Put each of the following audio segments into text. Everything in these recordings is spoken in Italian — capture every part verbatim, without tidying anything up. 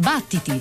Battiti!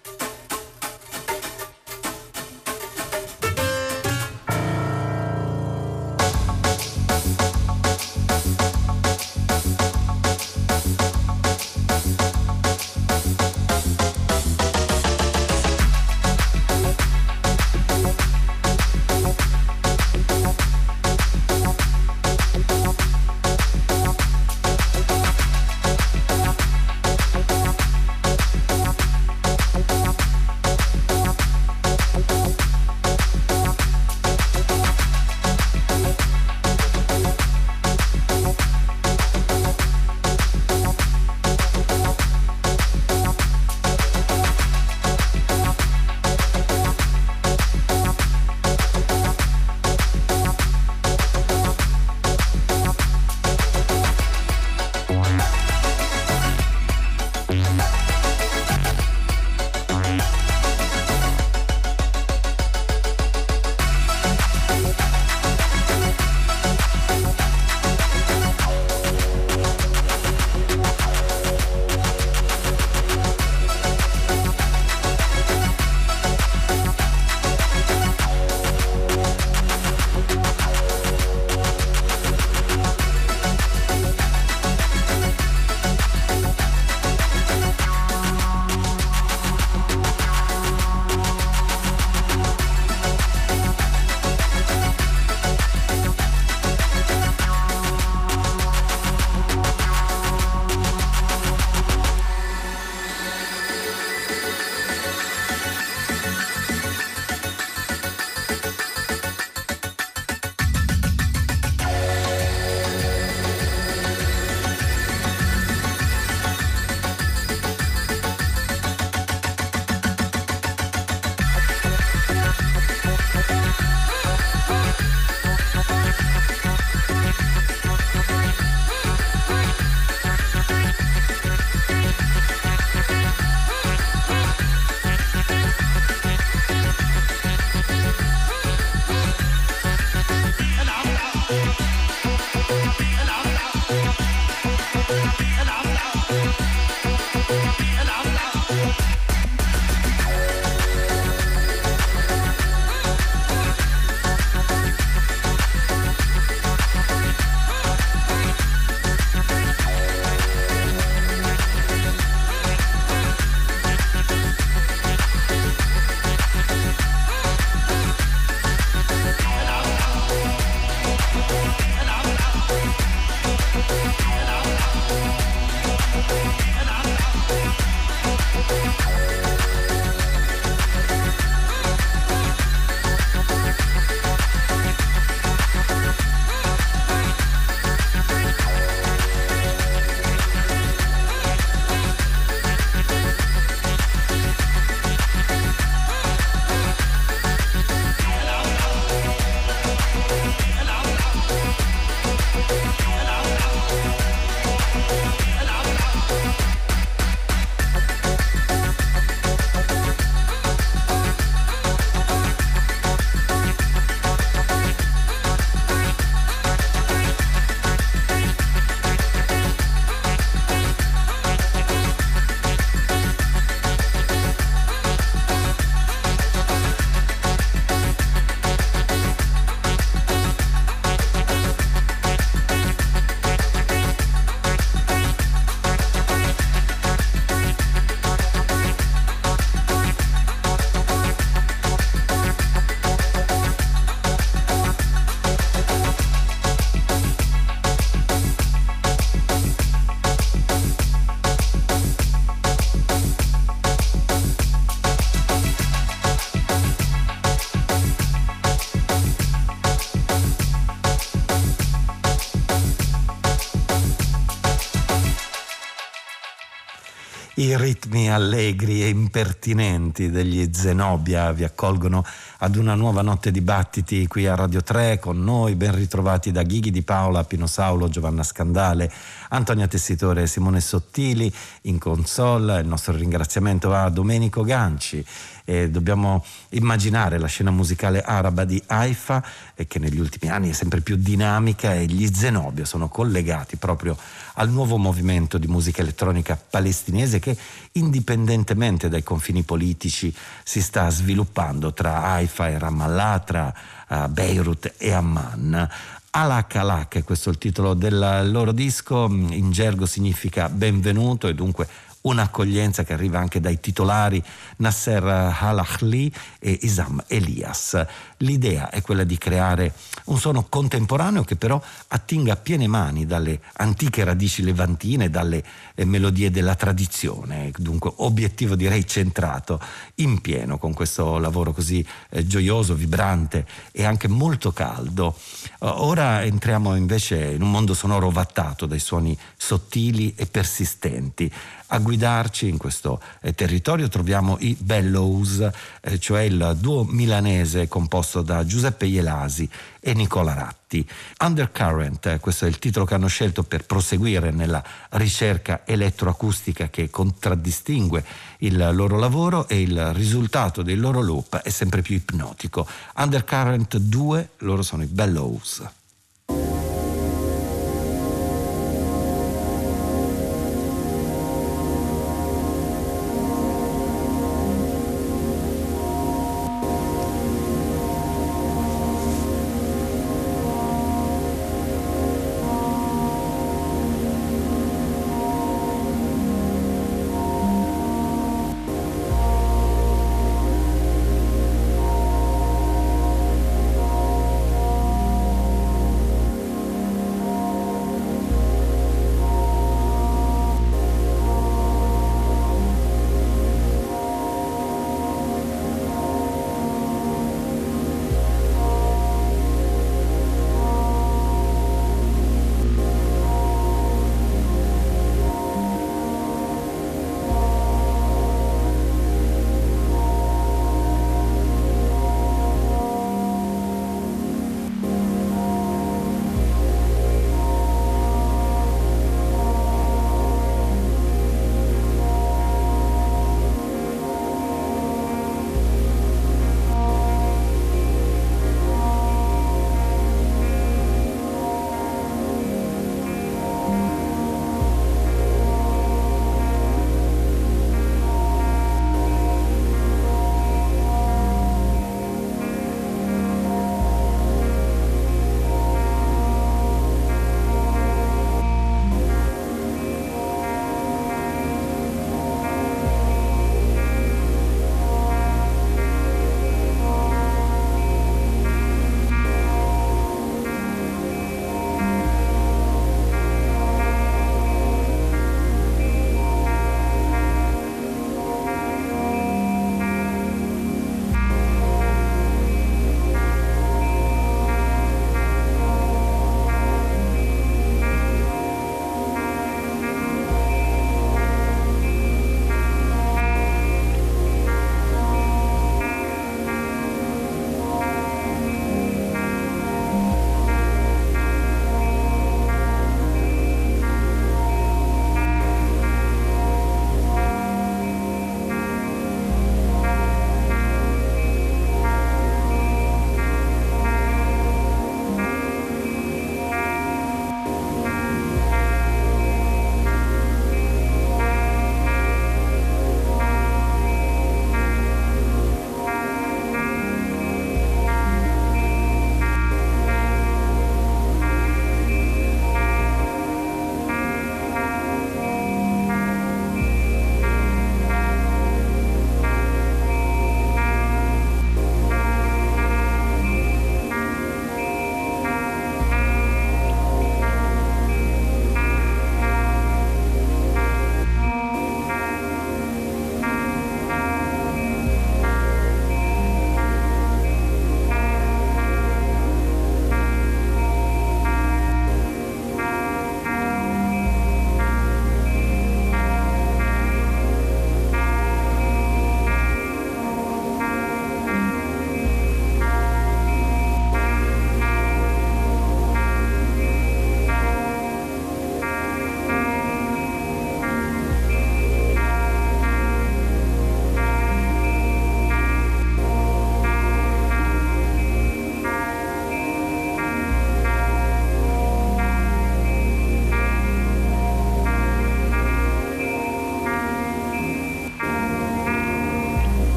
I ritmi allegri e impertinenti degli Zenobia vi accolgono ad una nuova notte di battiti qui a Radio tre con noi, ben ritrovati da Ghighi Di Paola, Pino Saulo, Giovanna Scandale, Antonia Tessitore e Simone Sottili in console. Il nostro ringraziamento va a Domenico Ganci E dobbiamo immaginare la scena musicale araba di Haifa, eh, che negli ultimi anni è sempre più dinamica, e gli Zenobia sono collegati proprio al nuovo movimento di musica elettronica palestinese che, indipendentemente dai confini politici, si sta sviluppando tra Haifa e Ramallah, tra uh, Beirut e Amman. Alak Alak, questo è il titolo del loro disco, in gergo significa benvenuto, e dunque un'accoglienza che arriva anche dai titolari Nasser Al-Ahli e Isam Elias. L'idea è quella di creare un suono contemporaneo che però attinga a piene mani dalle antiche radici levantine, dalle eh, melodie della tradizione, dunque obiettivo direi centrato in pieno con questo lavoro così eh, gioioso, vibrante e anche molto caldo. Ora entriamo invece in un mondo sonoro ovattato dai suoni sottili e persistenti. A guidarci in questo eh, territorio troviamo i Bellows, eh, cioè il duo milanese composto da Giuseppe Ielasi e Nicola Ratti. Undercurrent, eh, questo è il titolo che hanno scelto per proseguire nella ricerca elettroacustica che contraddistingue il loro lavoro, e il risultato dei loro loop è sempre più ipnotico. Undercurrent due, loro sono i Bellows.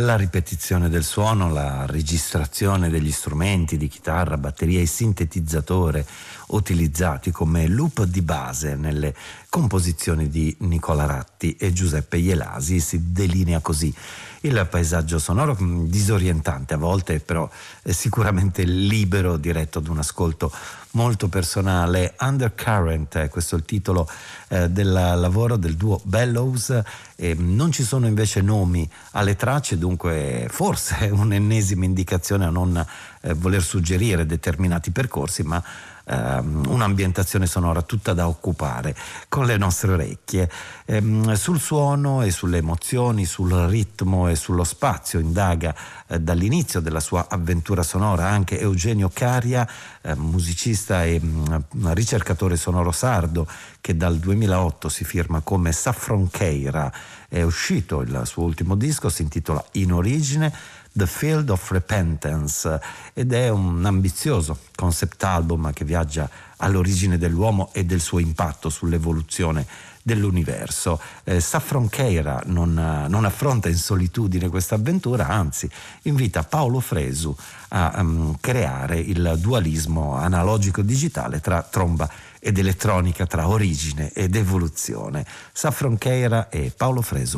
la ripetizione del suono, la registrazione degli strumenti di chitarra, batteria e sintetizzatore utilizzati come loop di base nelle composizioni di Nicola Ratti e Giuseppe Ielasi. Si delinea così il paesaggio sonoro, disorientante a volte, però sicuramente libero, diretto ad un ascolto molto personale. Undercurrent, questo è il titolo eh, del lavoro del duo Bellows. Eh, non ci sono invece nomi alle tracce, dunque forse è un'ennesima indicazione a non eh, voler suggerire determinati percorsi, ma Um, un'ambientazione sonora tutta da occupare con le nostre orecchie. Um, sul suono e sulle emozioni, sul ritmo e sullo spazio indaga uh, dall'inizio della sua avventura sonora anche Eugenio Caria, uh, musicista e um, ricercatore sonoro sardo, che dal duemilaotto si firma come Saffroncheira. È uscito il suo ultimo disco, si intitola In Origine, The Field of Repentance, ed è un ambizioso concept album che viaggia all'origine dell'uomo e del suo impatto sull'evoluzione dell'universo. Eh, Saffroncheira non, non affronta in solitudine questa avventura, anzi invita Paolo Fresu a um, creare il dualismo analogico-digitale tra tromba ed elettronica, tra origine ed evoluzione. Saffroncheira e Paolo Fresu.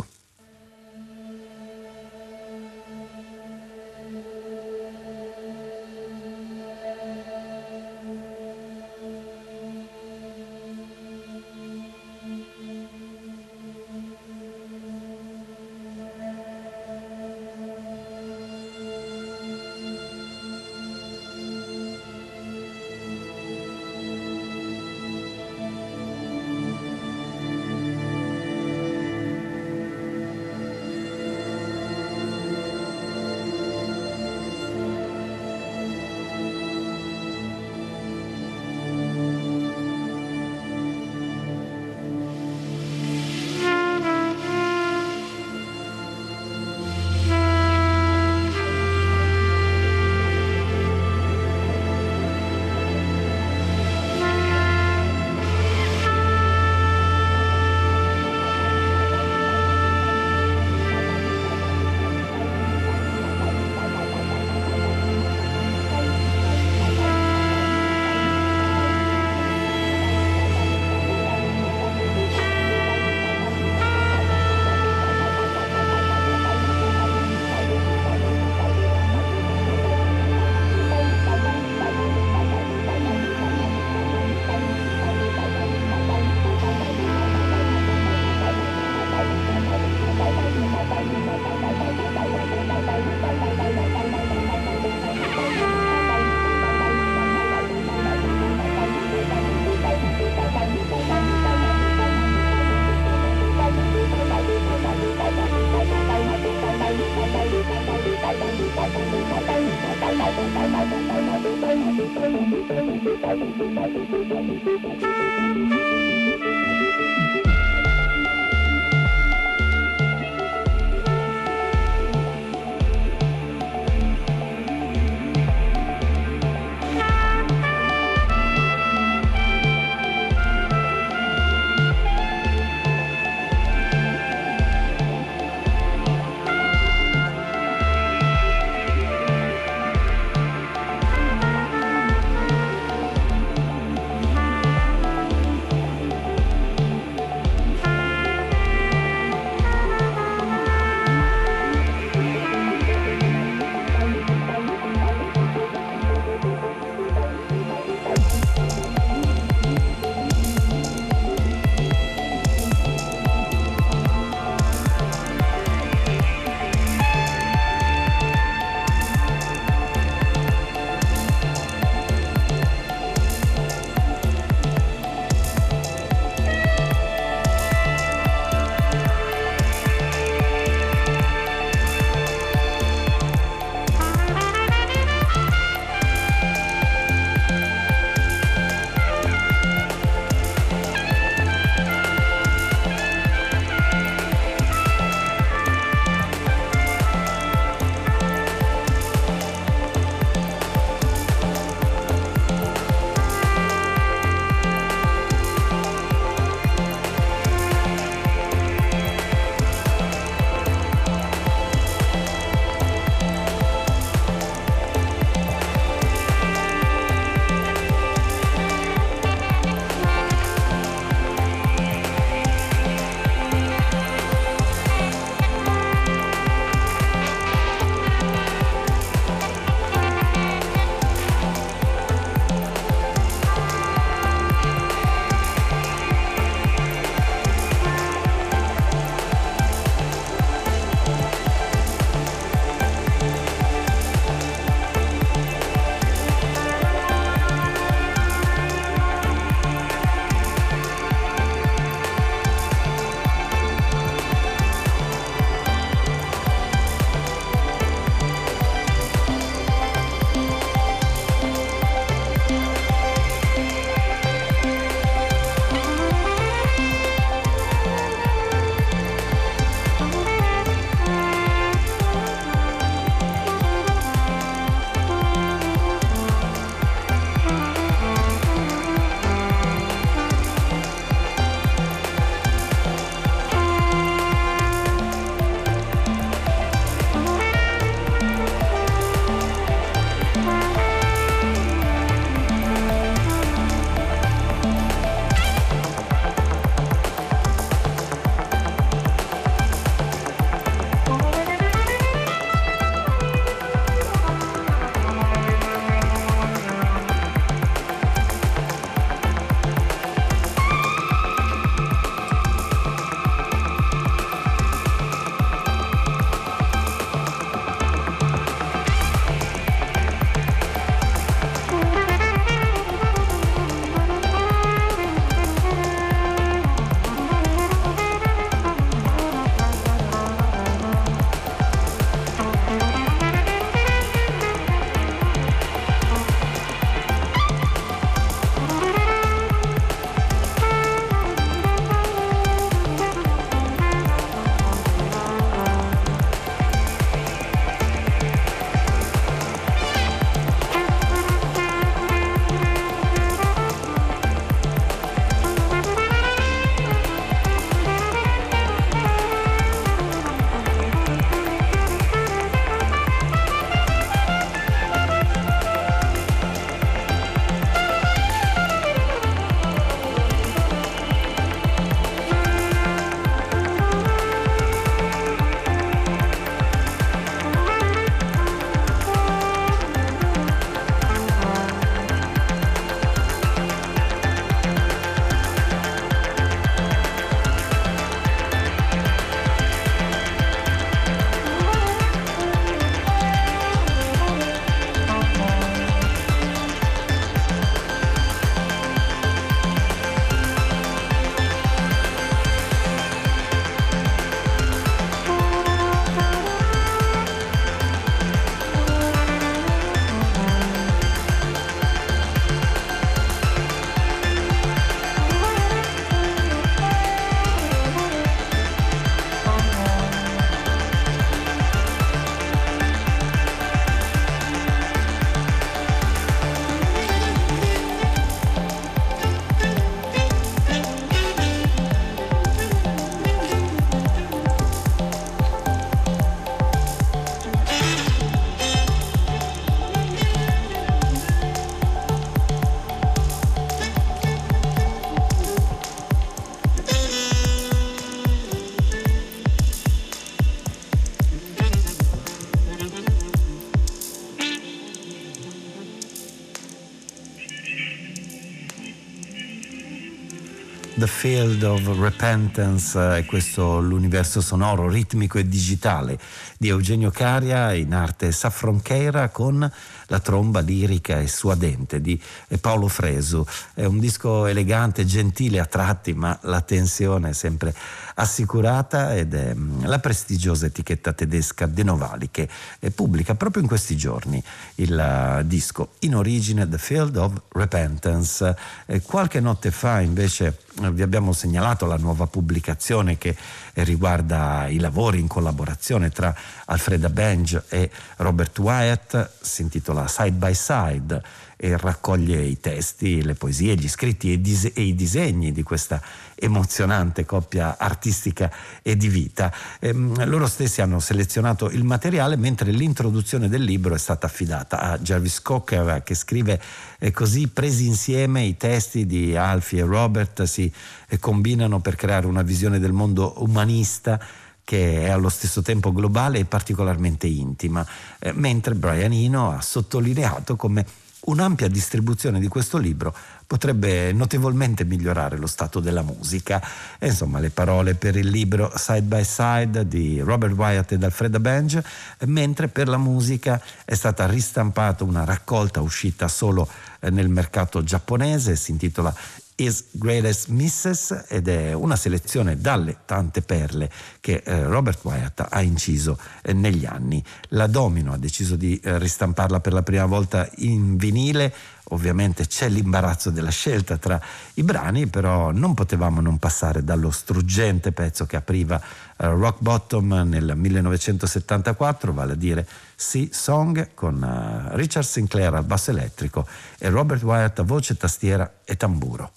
The Field of Repentance è questo l'universo sonoro, ritmico e digitale di Eugenio Caria in arte saffroncheira con la tromba lirica e suadente di Paolo Fresu. È un disco elegante, gentile a tratti, ma la tensione è sempre assicurata, ed è la prestigiosa etichetta tedesca De Novali che pubblica proprio in questi giorni il disco in origine The Field of Repentance. Qualche notte fa invece vi abbiamo segnalato la nuova pubblicazione che riguarda i lavori in collaborazione tra Alfreda Benge e Robert Wyatt. Si intitola Side by Side e raccoglie i testi, le poesie, gli scritti e, i dise- e i disegni di questa emozionante coppia artistica e di vita. Ehm, loro stessi hanno selezionato il materiale, mentre l'introduzione del libro è stata affidata a Jarvis Cocker, che scrive eh, così: presi insieme i testi di Alfie e Robert si eh, combinano per creare una visione del mondo umanista che è allo stesso tempo globale e particolarmente intima, eh, mentre Brian Eno ha sottolineato come un'ampia distribuzione di questo libro potrebbe notevolmente migliorare lo stato della musica. E insomma, le parole per il libro Side by Side di Robert Wyatt ed Alfreda Benge, mentre per la musica è stata ristampata una raccolta uscita solo nel mercato giapponese, si intitola His Greatest Misses, ed è una selezione dalle tante perle che eh, Robert Wyatt ha inciso eh, negli anni. La Domino ha deciso di eh, ristamparla per la prima volta in vinile. Ovviamente c'è l'imbarazzo della scelta tra i brani, però non potevamo non passare dallo struggente pezzo che apriva eh, Rock Bottom nel millenovecentosettantaquattro, vale a dire Sea Song, con uh, Richard Sinclair al basso elettrico e Robert Wyatt a voce, tastiera e tamburo.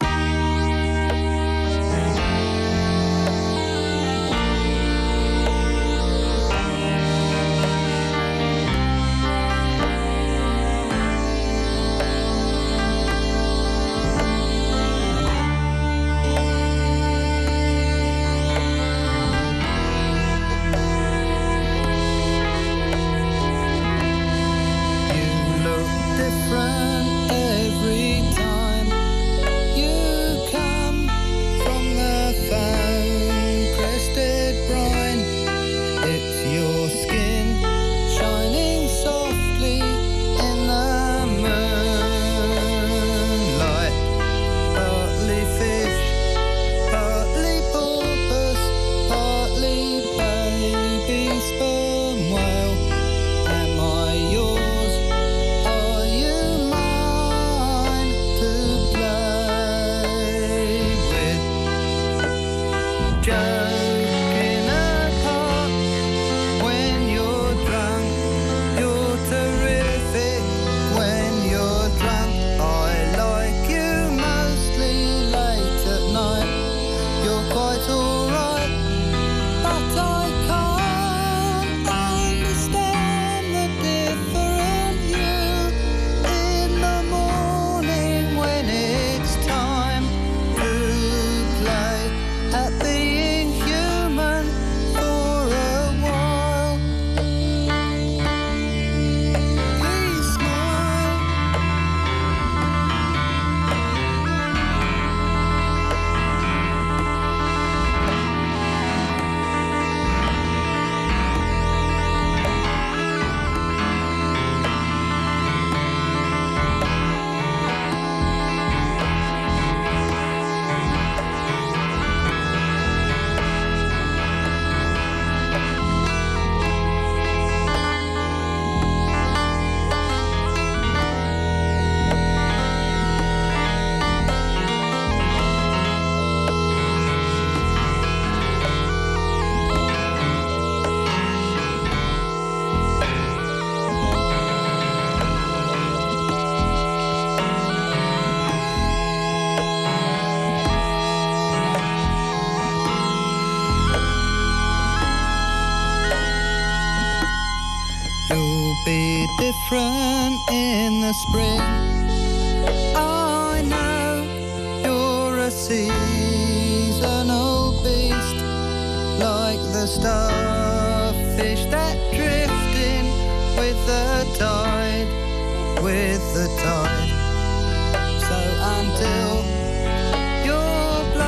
Different in the spring. I know you're a seasonal beast, like the starfish that drift in with the tide, with the tide. So until you're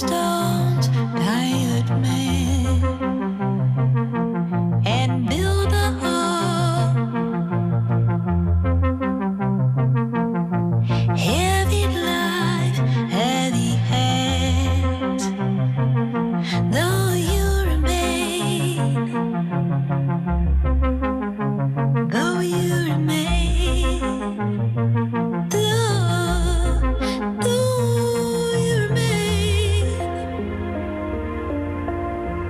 stones, tired men, and build a hall. Heavy life, heavy hands, though you remain, though you remain, though, though you remain.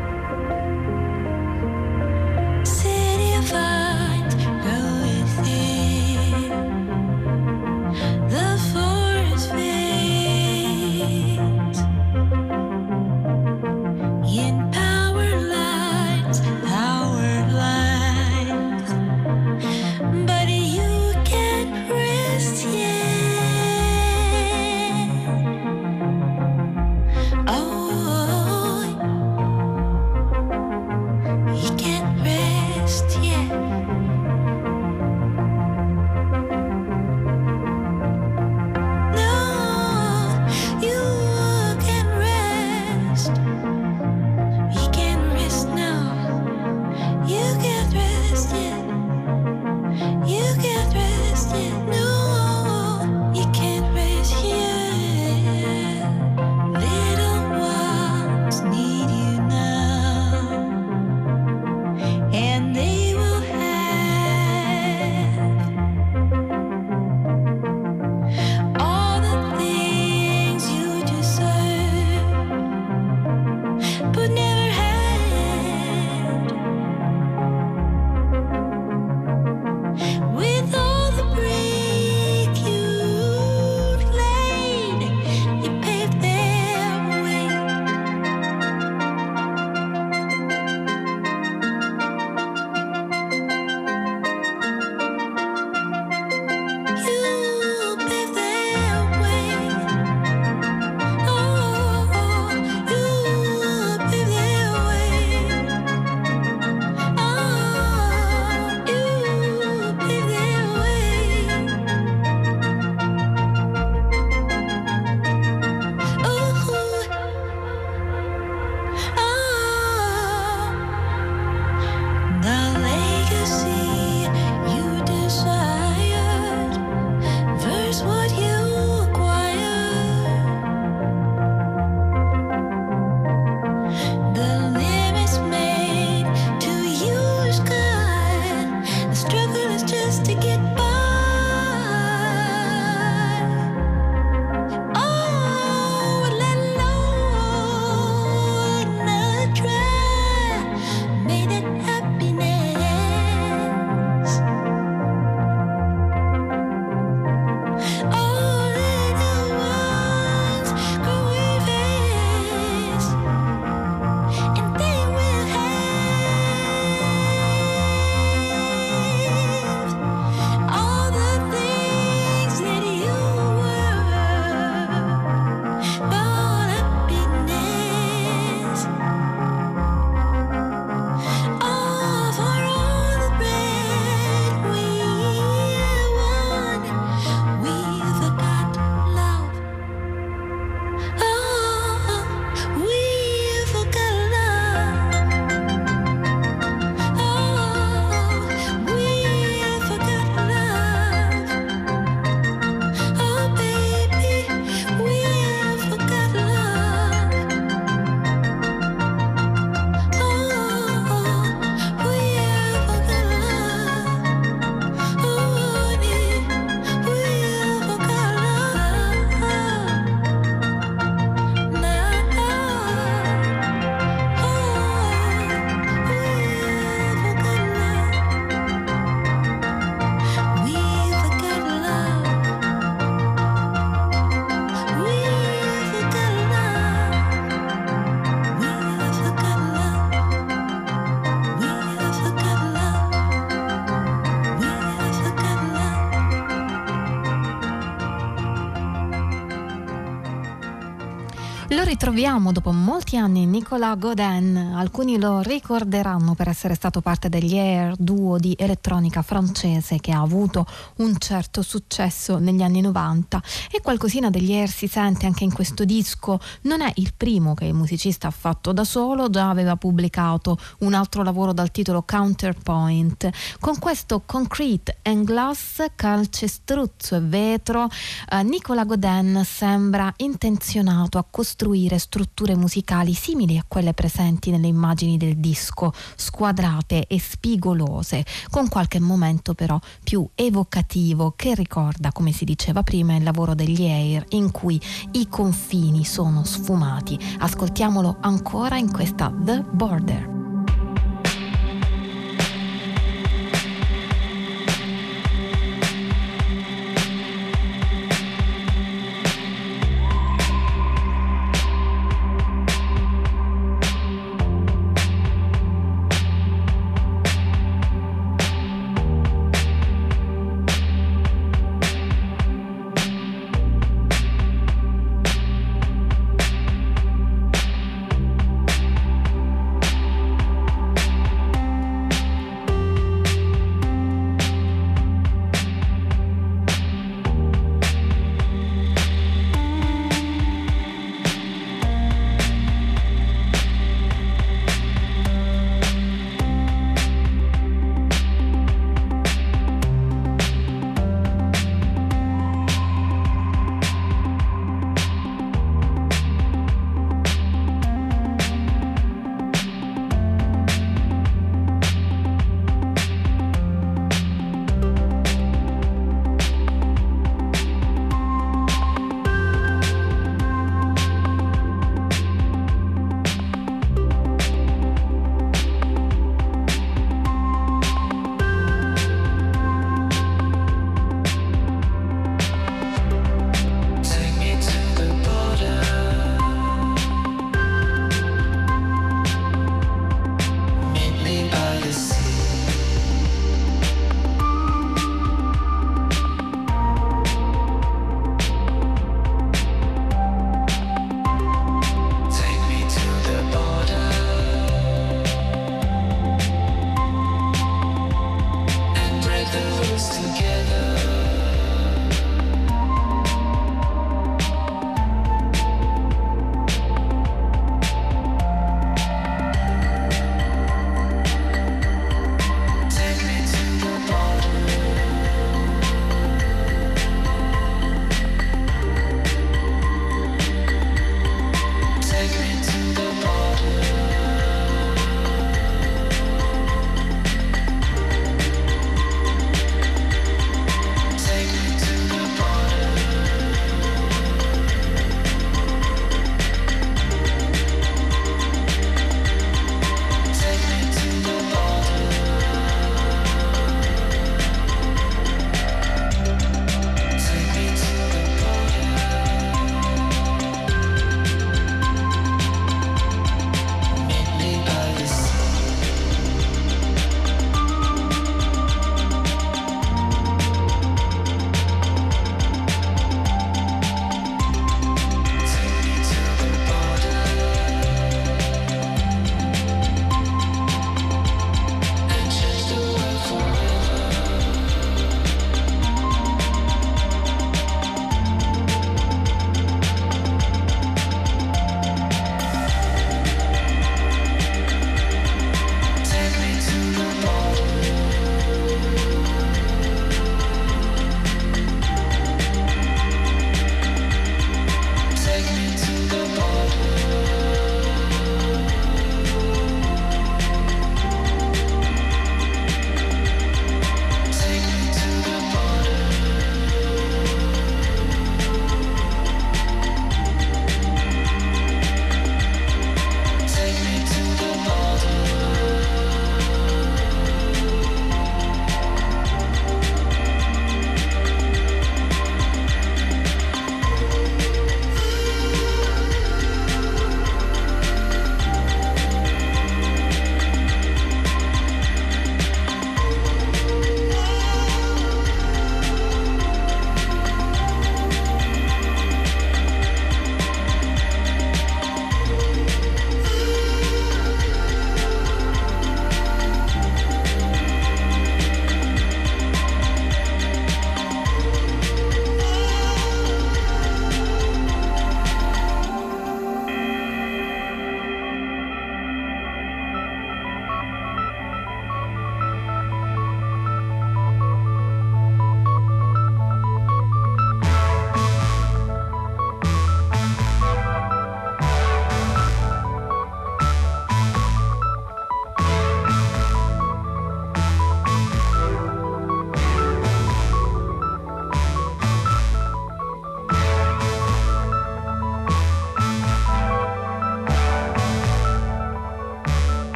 Lo ritroviamo dopo molti anni, Nicolas Godin. Alcuni lo ricorderanno per essere stato parte degli Air, duo di elettronica francese che ha avuto un certo successo negli anni novanta, e qualcosina degli Air si sente anche in questo disco. Non è il primo che il musicista ha fatto da solo, già aveva pubblicato un altro lavoro dal titolo Counterpoint. Con questo Concrete and Glass, calcestruzzo e vetro, eh, Nicolas Godin sembra intenzionato a costruire strutture musicali simili a quelle presenti nelle immagini del disco, squadrate e spigolose, con qualche momento però più evocativo che ricorda, come si diceva prima, il lavoro degli Air, in cui i confini sono sfumati. Ascoltiamolo ancora in questa The Border.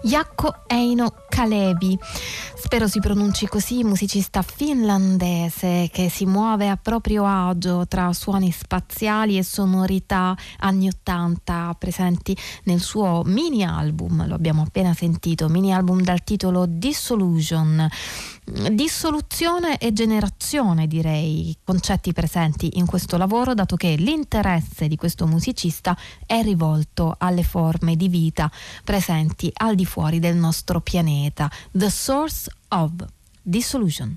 Jaakko Eino Kalevi, spero si pronunci così, musicista finlandese che si muove a proprio agio tra suoni spaziali e sonorità anni ottanta presenti nel suo mini album, lo abbiamo appena sentito, mini album dal titolo Dissolution. Dissoluzione e generazione, direi, concetti presenti in questo lavoro, dato che l'interesse di questo musicista è rivolto alle forme di vita presenti al di fuori del nostro pianeta. The Source of Dissolution.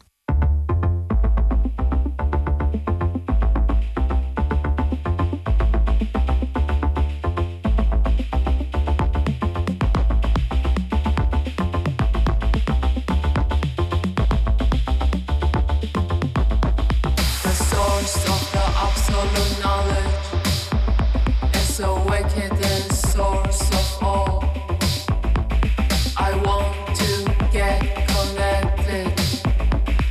I want to get connected.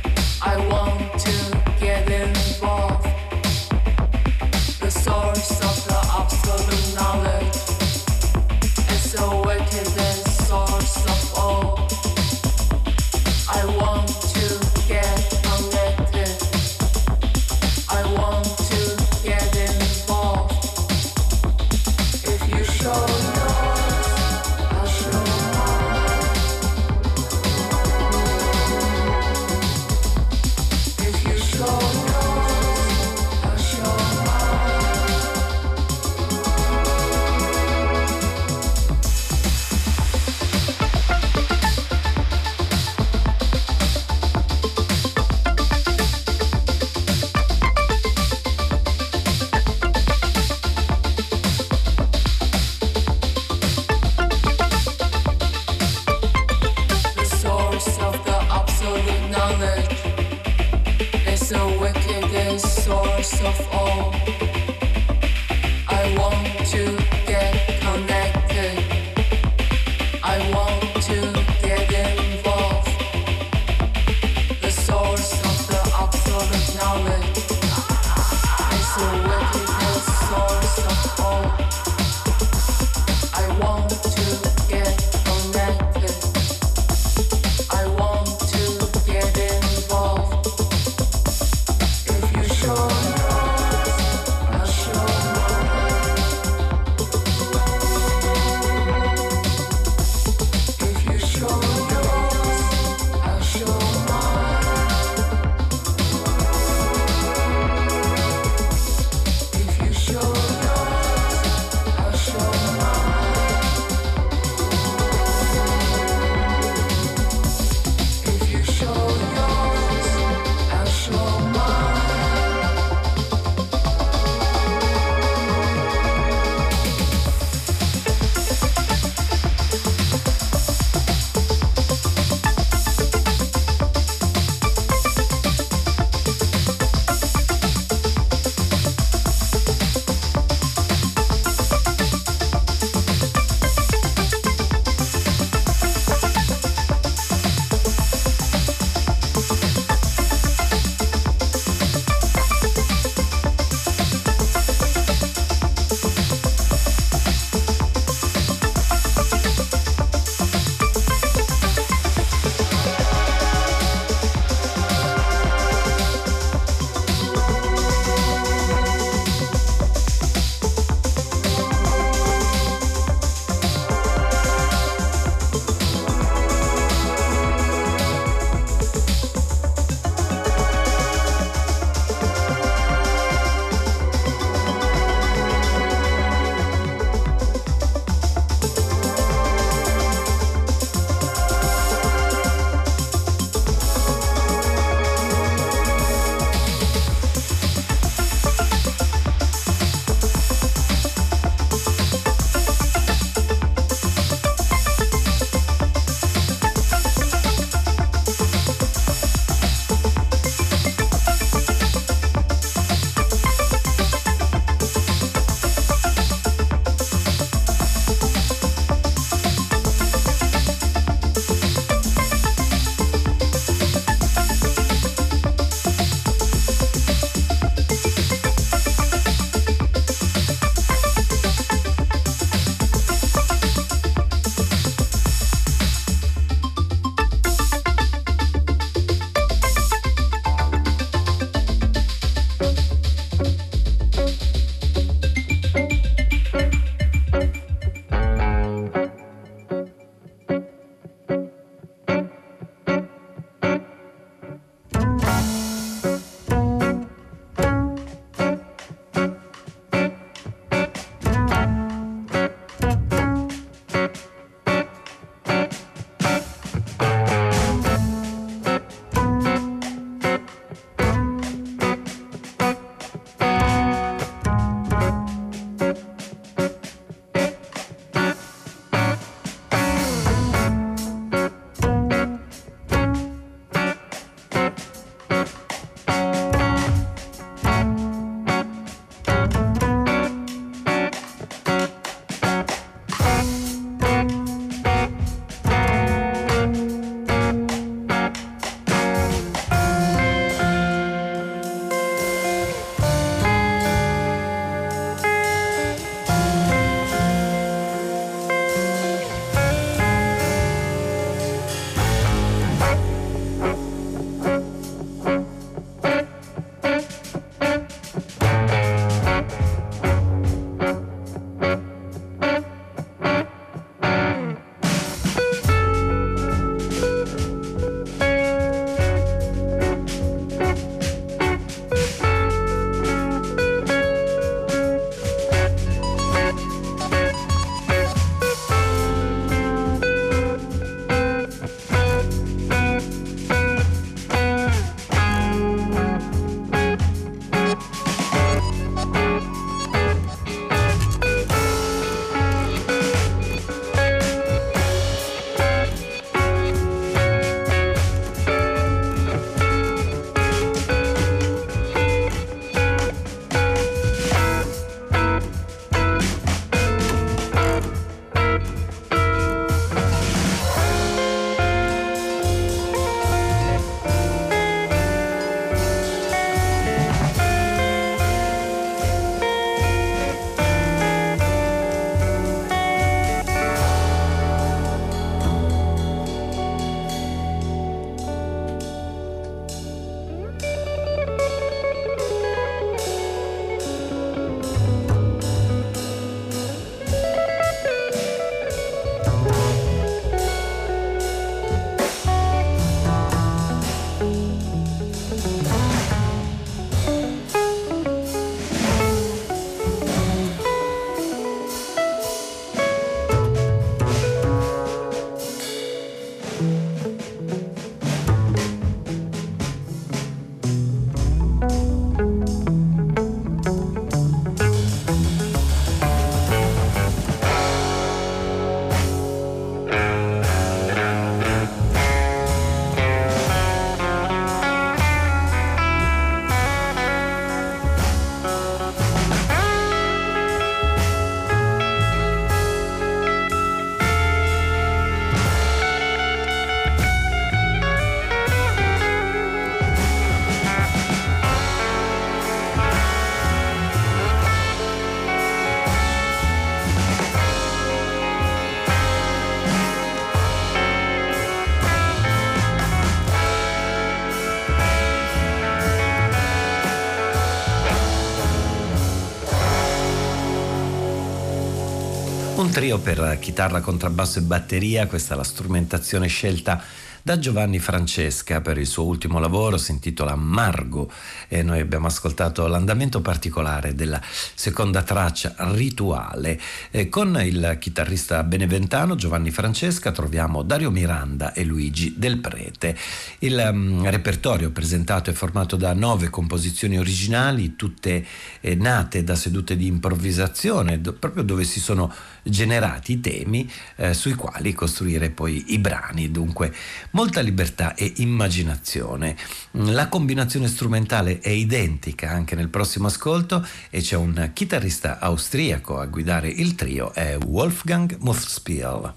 Un trio per chitarra, contrabbasso e batteria, questa è la strumentazione scelta da Giovanni Francesca per il suo ultimo lavoro, si intitola Margo, e noi abbiamo ascoltato l'andamento particolare della seconda traccia, Rituale. E con il chitarrista beneventano Giovanni Francesca troviamo Dario Miranda e Luigi Del Prete. Il um, repertorio presentato è formato da nove composizioni originali, tutte eh, nate da sedute di improvvisazione, do, proprio dove si sono generati i temi eh, sui quali costruire poi i brani, dunque molta libertà e immaginazione. La combinazione strumentale è identica anche nel prossimo ascolto e c'è un chitarrista austriaco a guidare il trio, è Wolfgang Muthspiel.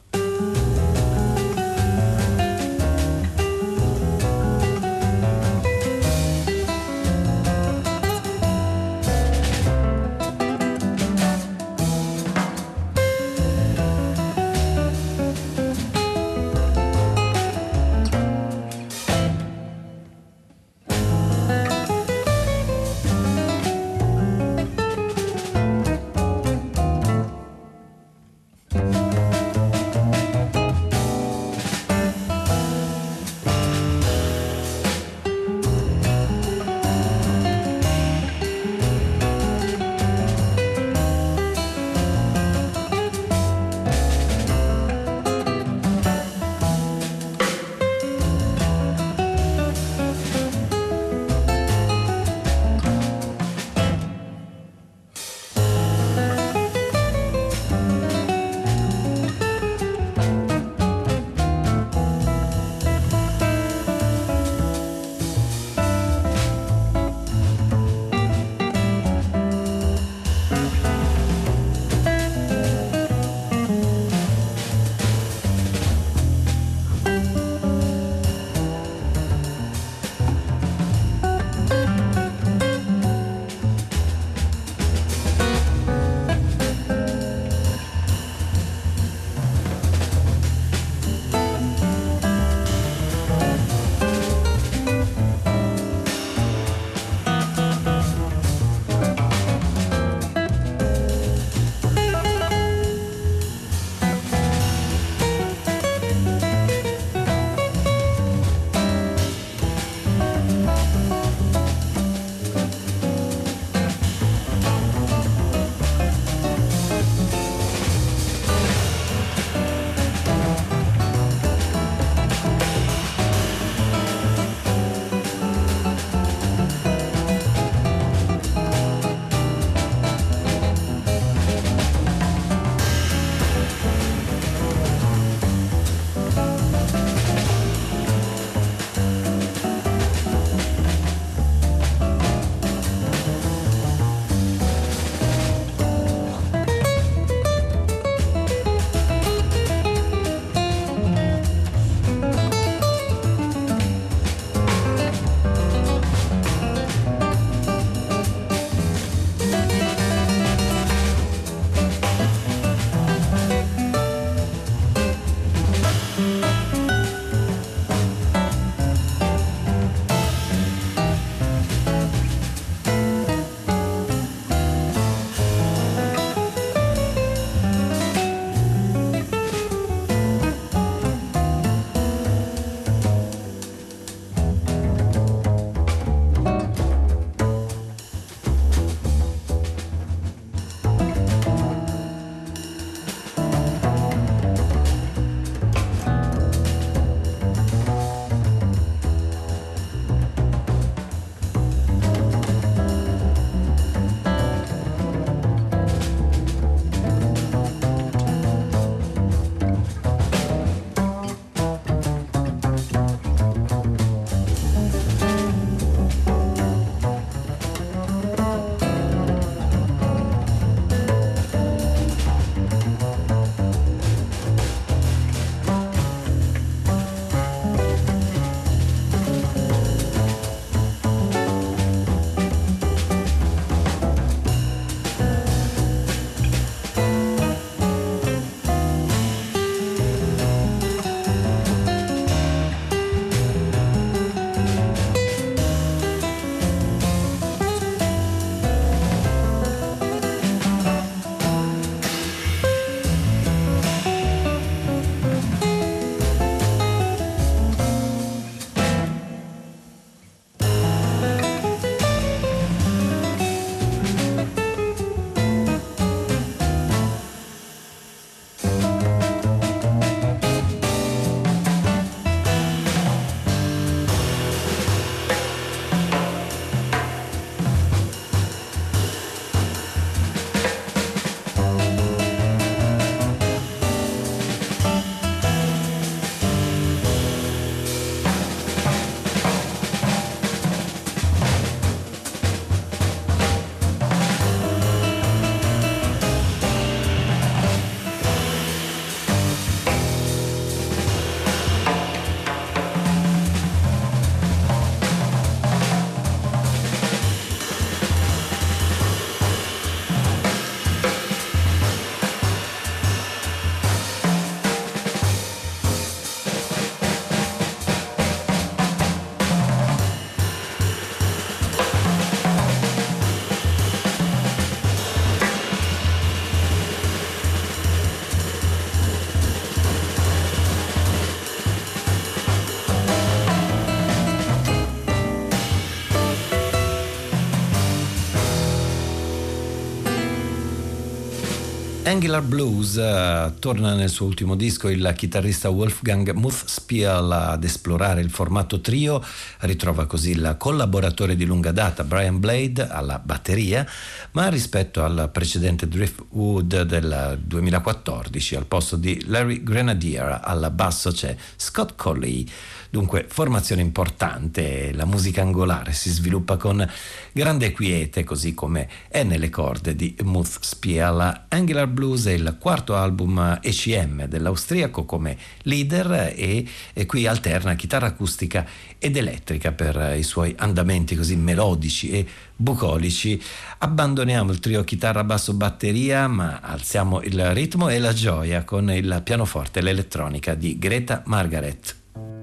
Angular Blues, uh, torna nel suo ultimo disco il chitarrista Wolfgang Muthspiel ad esplorare il formato trio, ritrova così il collaboratore di lunga data Brian Blade alla batteria, ma rispetto al precedente Driftwood del duemilaquattordici al posto di Larry Grenadier al basso c'è Scott Colley. Dunque formazione importante, la musica angolare si sviluppa con grande quiete, così come è nelle corde di Muthspiel. Angular Blues è il quarto album E C M dell'austriaco come leader e, e qui alterna chitarra acustica ed elettrica per i suoi andamenti così melodici e bucolici. Abbandoniamo il trio chitarra basso batteria, ma alziamo il ritmo e la gioia con il pianoforte e l'elettronica di Greta Margaret.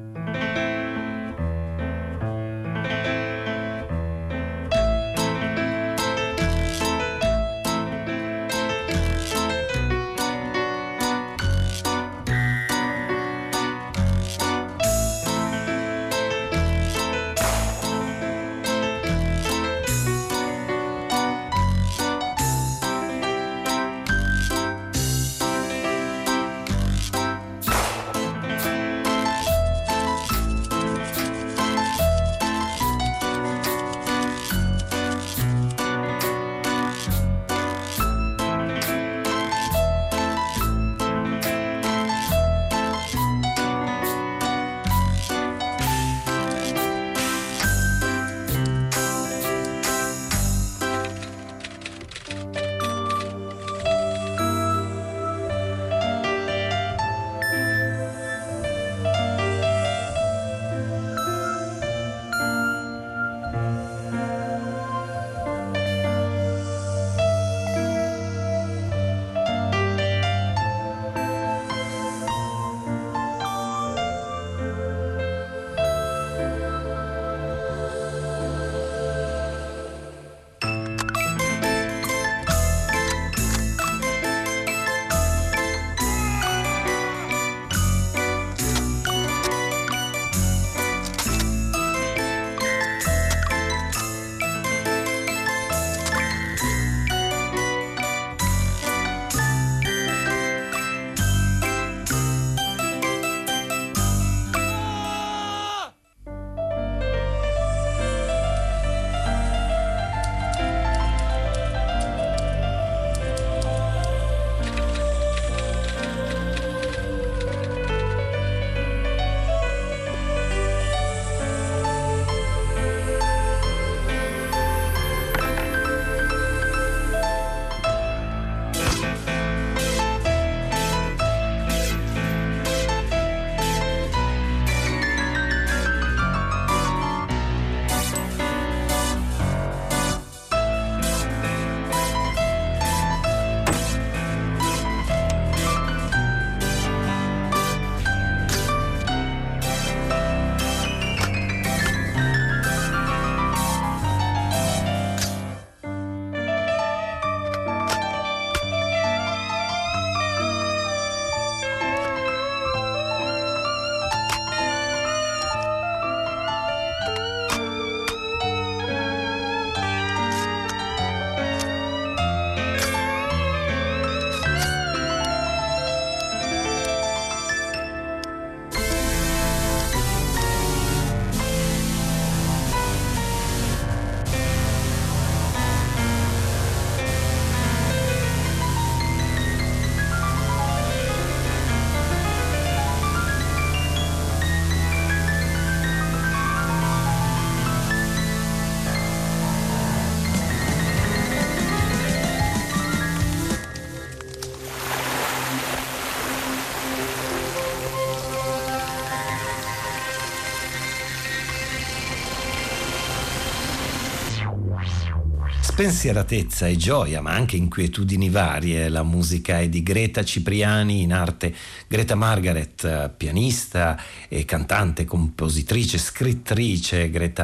Spensieratezza e gioia, ma anche inquietudini varie. La musica è di Greta Cipriani, in arte Greta Margaret, pianista e cantante, compositrice, scrittrice. Greta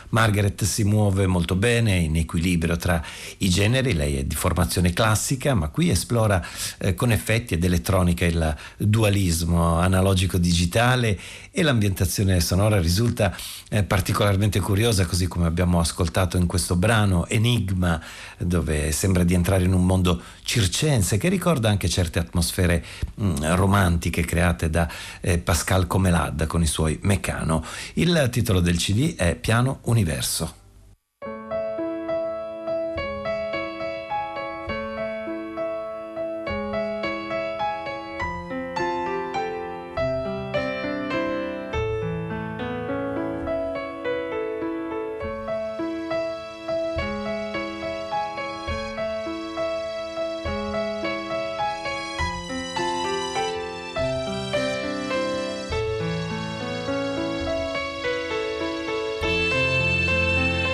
Margaret si muove molto bene in equilibrio tra i generi, lei è di formazione classica, ma qui esplora eh, con effetti ed elettronica il dualismo analogico-digitale, e l'ambientazione sonora risulta eh, particolarmente curiosa, così come abbiamo ascoltato in questo brano Enigma, dove sembra di entrare in un mondo circense che ricorda anche certe atmosfere mh, romantiche create da eh, Pascal Comelade con i suoi Meccano. Il titolo del C D è Piano Universo. Thank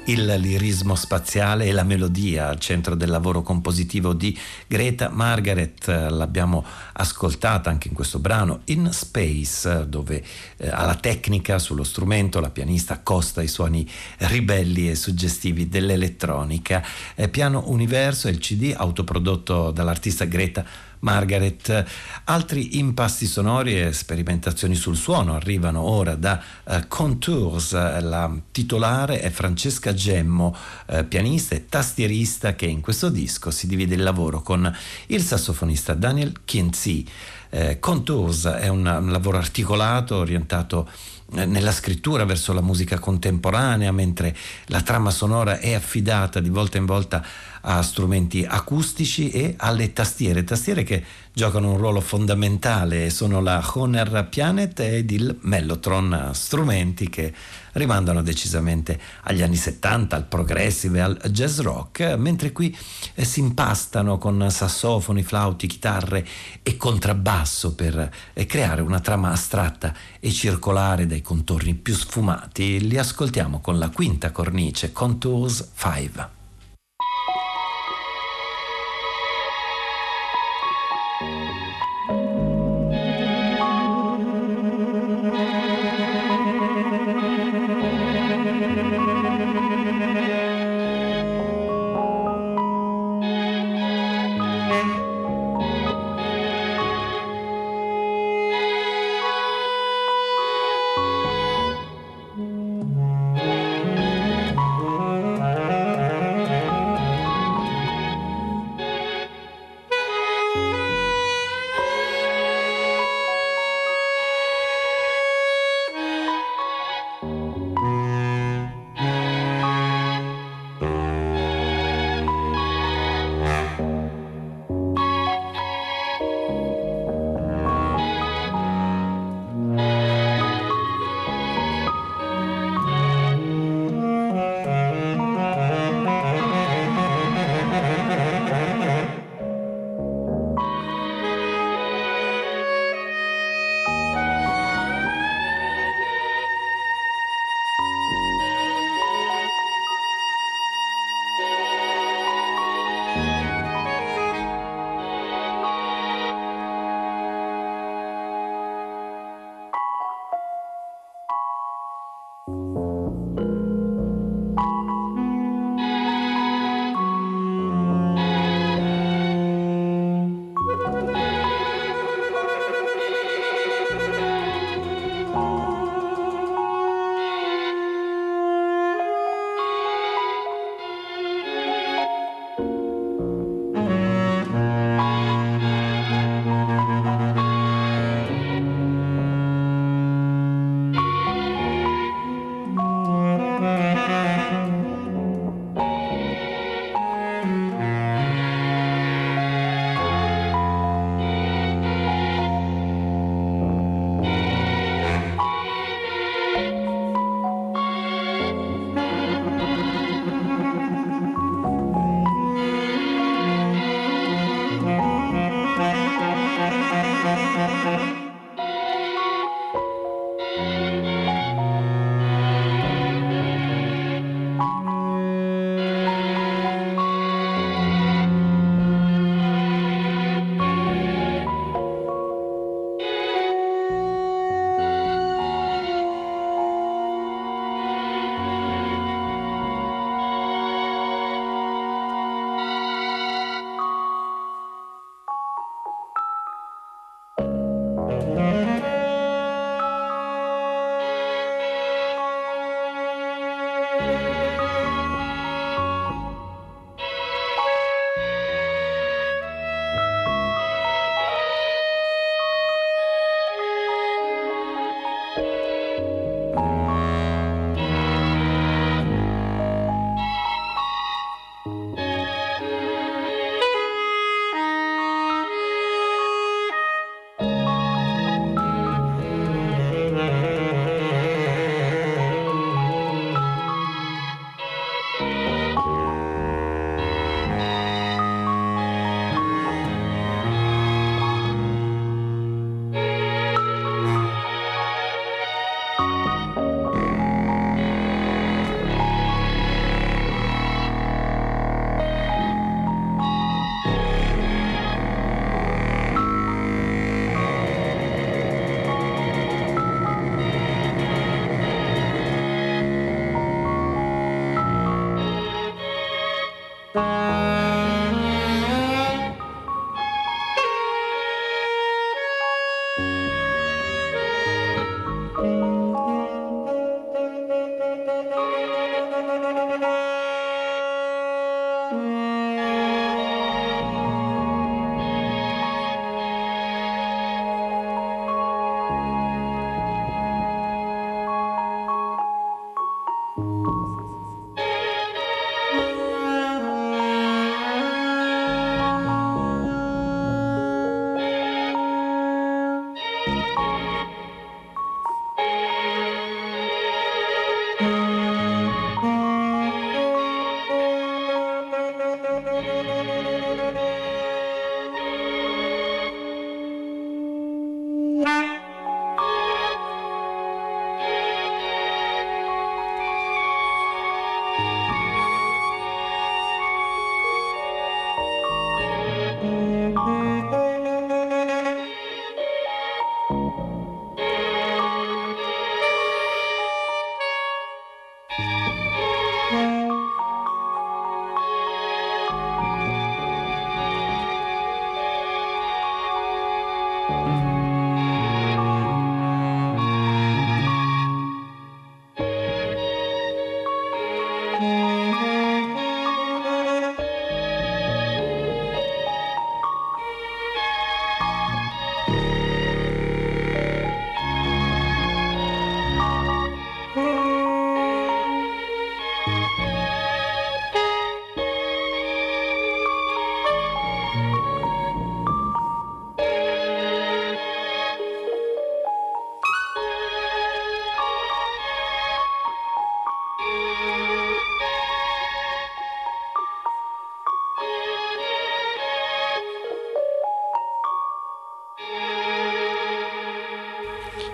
Il lirismo spaziale e la melodia al centro del lavoro compositivo di Greta Margaret. L'abbiamo ascoltata anche in questo brano In Space, dove eh, alla tecnica sullo strumento la pianista accosta i suoni ribelli e suggestivi dell'elettronica. Eh, Piano Universo è il C D autoprodotto dall'artista Greta Margaret. Altri impasti sonori e sperimentazioni sul suono arrivano ora da uh, Contours. La titolare è Francesca Gemmo, uh, pianista e tastierista, che in questo disco si divide il lavoro con il sassofonista Daniel Kinsey. Uh, Contours è un, un lavoro articolato orientato nella scrittura verso la musica contemporanea, mentre la trama sonora è affidata di volta in volta a strumenti acustici e alle tastiere, tastiere che giocano un ruolo fondamentale, sono la Hohner Pianet ed il Mellotron, strumenti che rimandano decisamente agli anni settanta, al progressive e al jazz rock, mentre qui eh, si impastano con sassofoni, flauti, chitarre e contrabbasso per eh, creare una trama astratta e circolare dai contorni più sfumati. Li ascoltiamo con la quinta cornice, Contours cinque.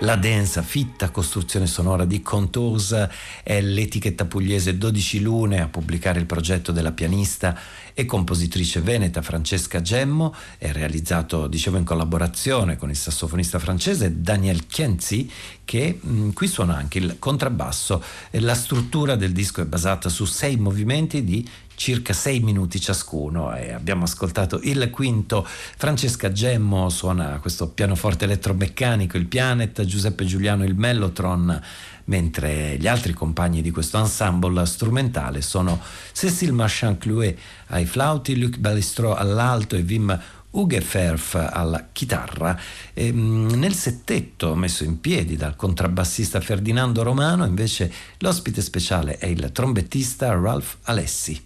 La densa, fitta costruzione sonora di Contours è l'etichetta pugliese dodici Lune a pubblicare il progetto della pianista e compositrice veneta Francesca Gemmo. È realizzato, dicevo, in collaborazione con il sassofonista francese Daniel Kienzi, che mh, qui suona anche il contrabbasso. E la struttura del disco è basata su sei movimenti di circa sei minuti ciascuno, e abbiamo ascoltato il quinto. Francesca Gemmo suona questo pianoforte elettromeccanico, il Pianet, Giuseppe Giuliano il Mellotron, mentre gli altri compagni di questo ensemble strumentale sono Cécile Marchand-Clouet ai flauti, Luc Ballestro all'alto e Wim Ugeferf alla chitarra. E, mh, nel settetto messo in piedi dal contrabbassista Ferdinando Romano invece l'ospite speciale è il trombettista Ralph Alessi.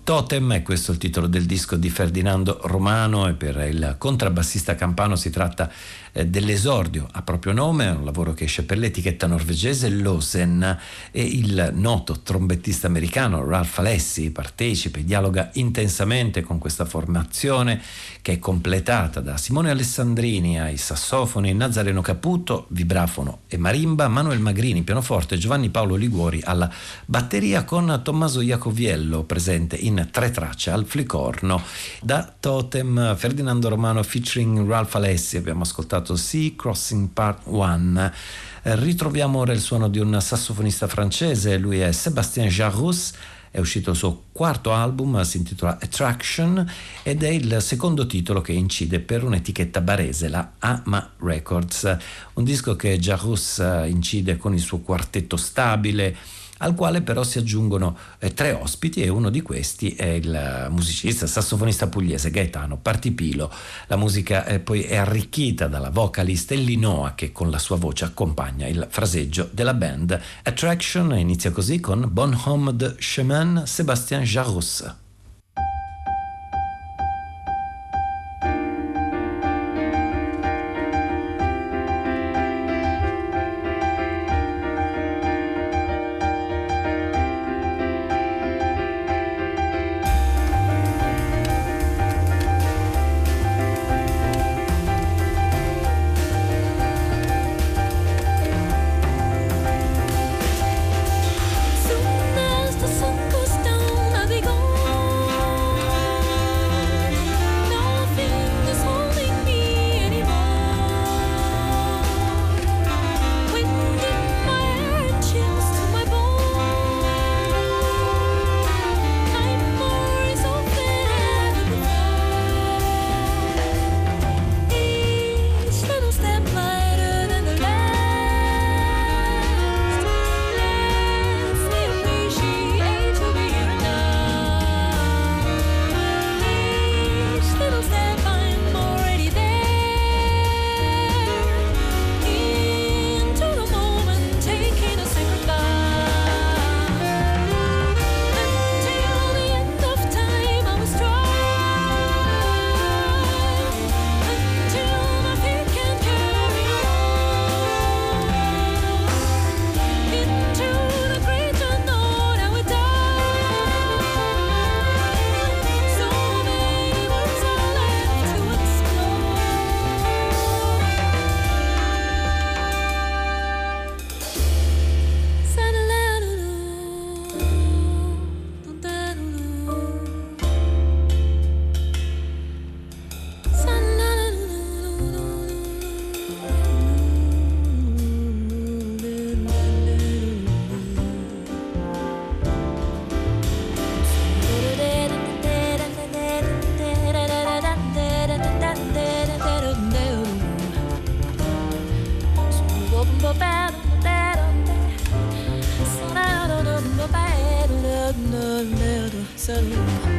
Totem è questo il titolo del disco di Ferdinando Romano, e per il contrabbassista campano si tratta eh, dell'esordio a proprio nome, un lavoro che esce per l'etichetta norvegese Losen, e il noto trombettista americano Ralph Alessi partecipa e dialoga intensamente con questa formazione, che è completata da Simone Alessandrini ai sassofoni, Nazareno Caputo vibrafono e marimba, Manuel Magrini pianoforte, Giovanni Paolo Liguori alla batteria, con Tommaso Iacoviello presente in tre tracce al flicorno. Da Totem, Ferdinando Romano featuring Ralph Alessi, abbiamo ascoltato Sea Crossing Part uno. Eh, ritroviamo ora il suono di un sassofonista francese, lui è Sébastien Jarous. È uscito il suo quarto album, si intitola Attraction, ed è il secondo titolo che incide per un'etichetta barese, la Ama Records, un disco che Jarous incide con il suo quartetto stabile, al quale però si aggiungono eh, tre ospiti, e uno di questi è il musicista, sassofonista pugliese Gaetano Partipilo. La musica eh, poi è arricchita dalla vocalist Ellinoa, che con la sua voce accompagna il fraseggio della band. Attraction inizia così con Bonhomme de Chemin, Sébastien Jarous. Soon as the sun goes down, I'll be gone. settle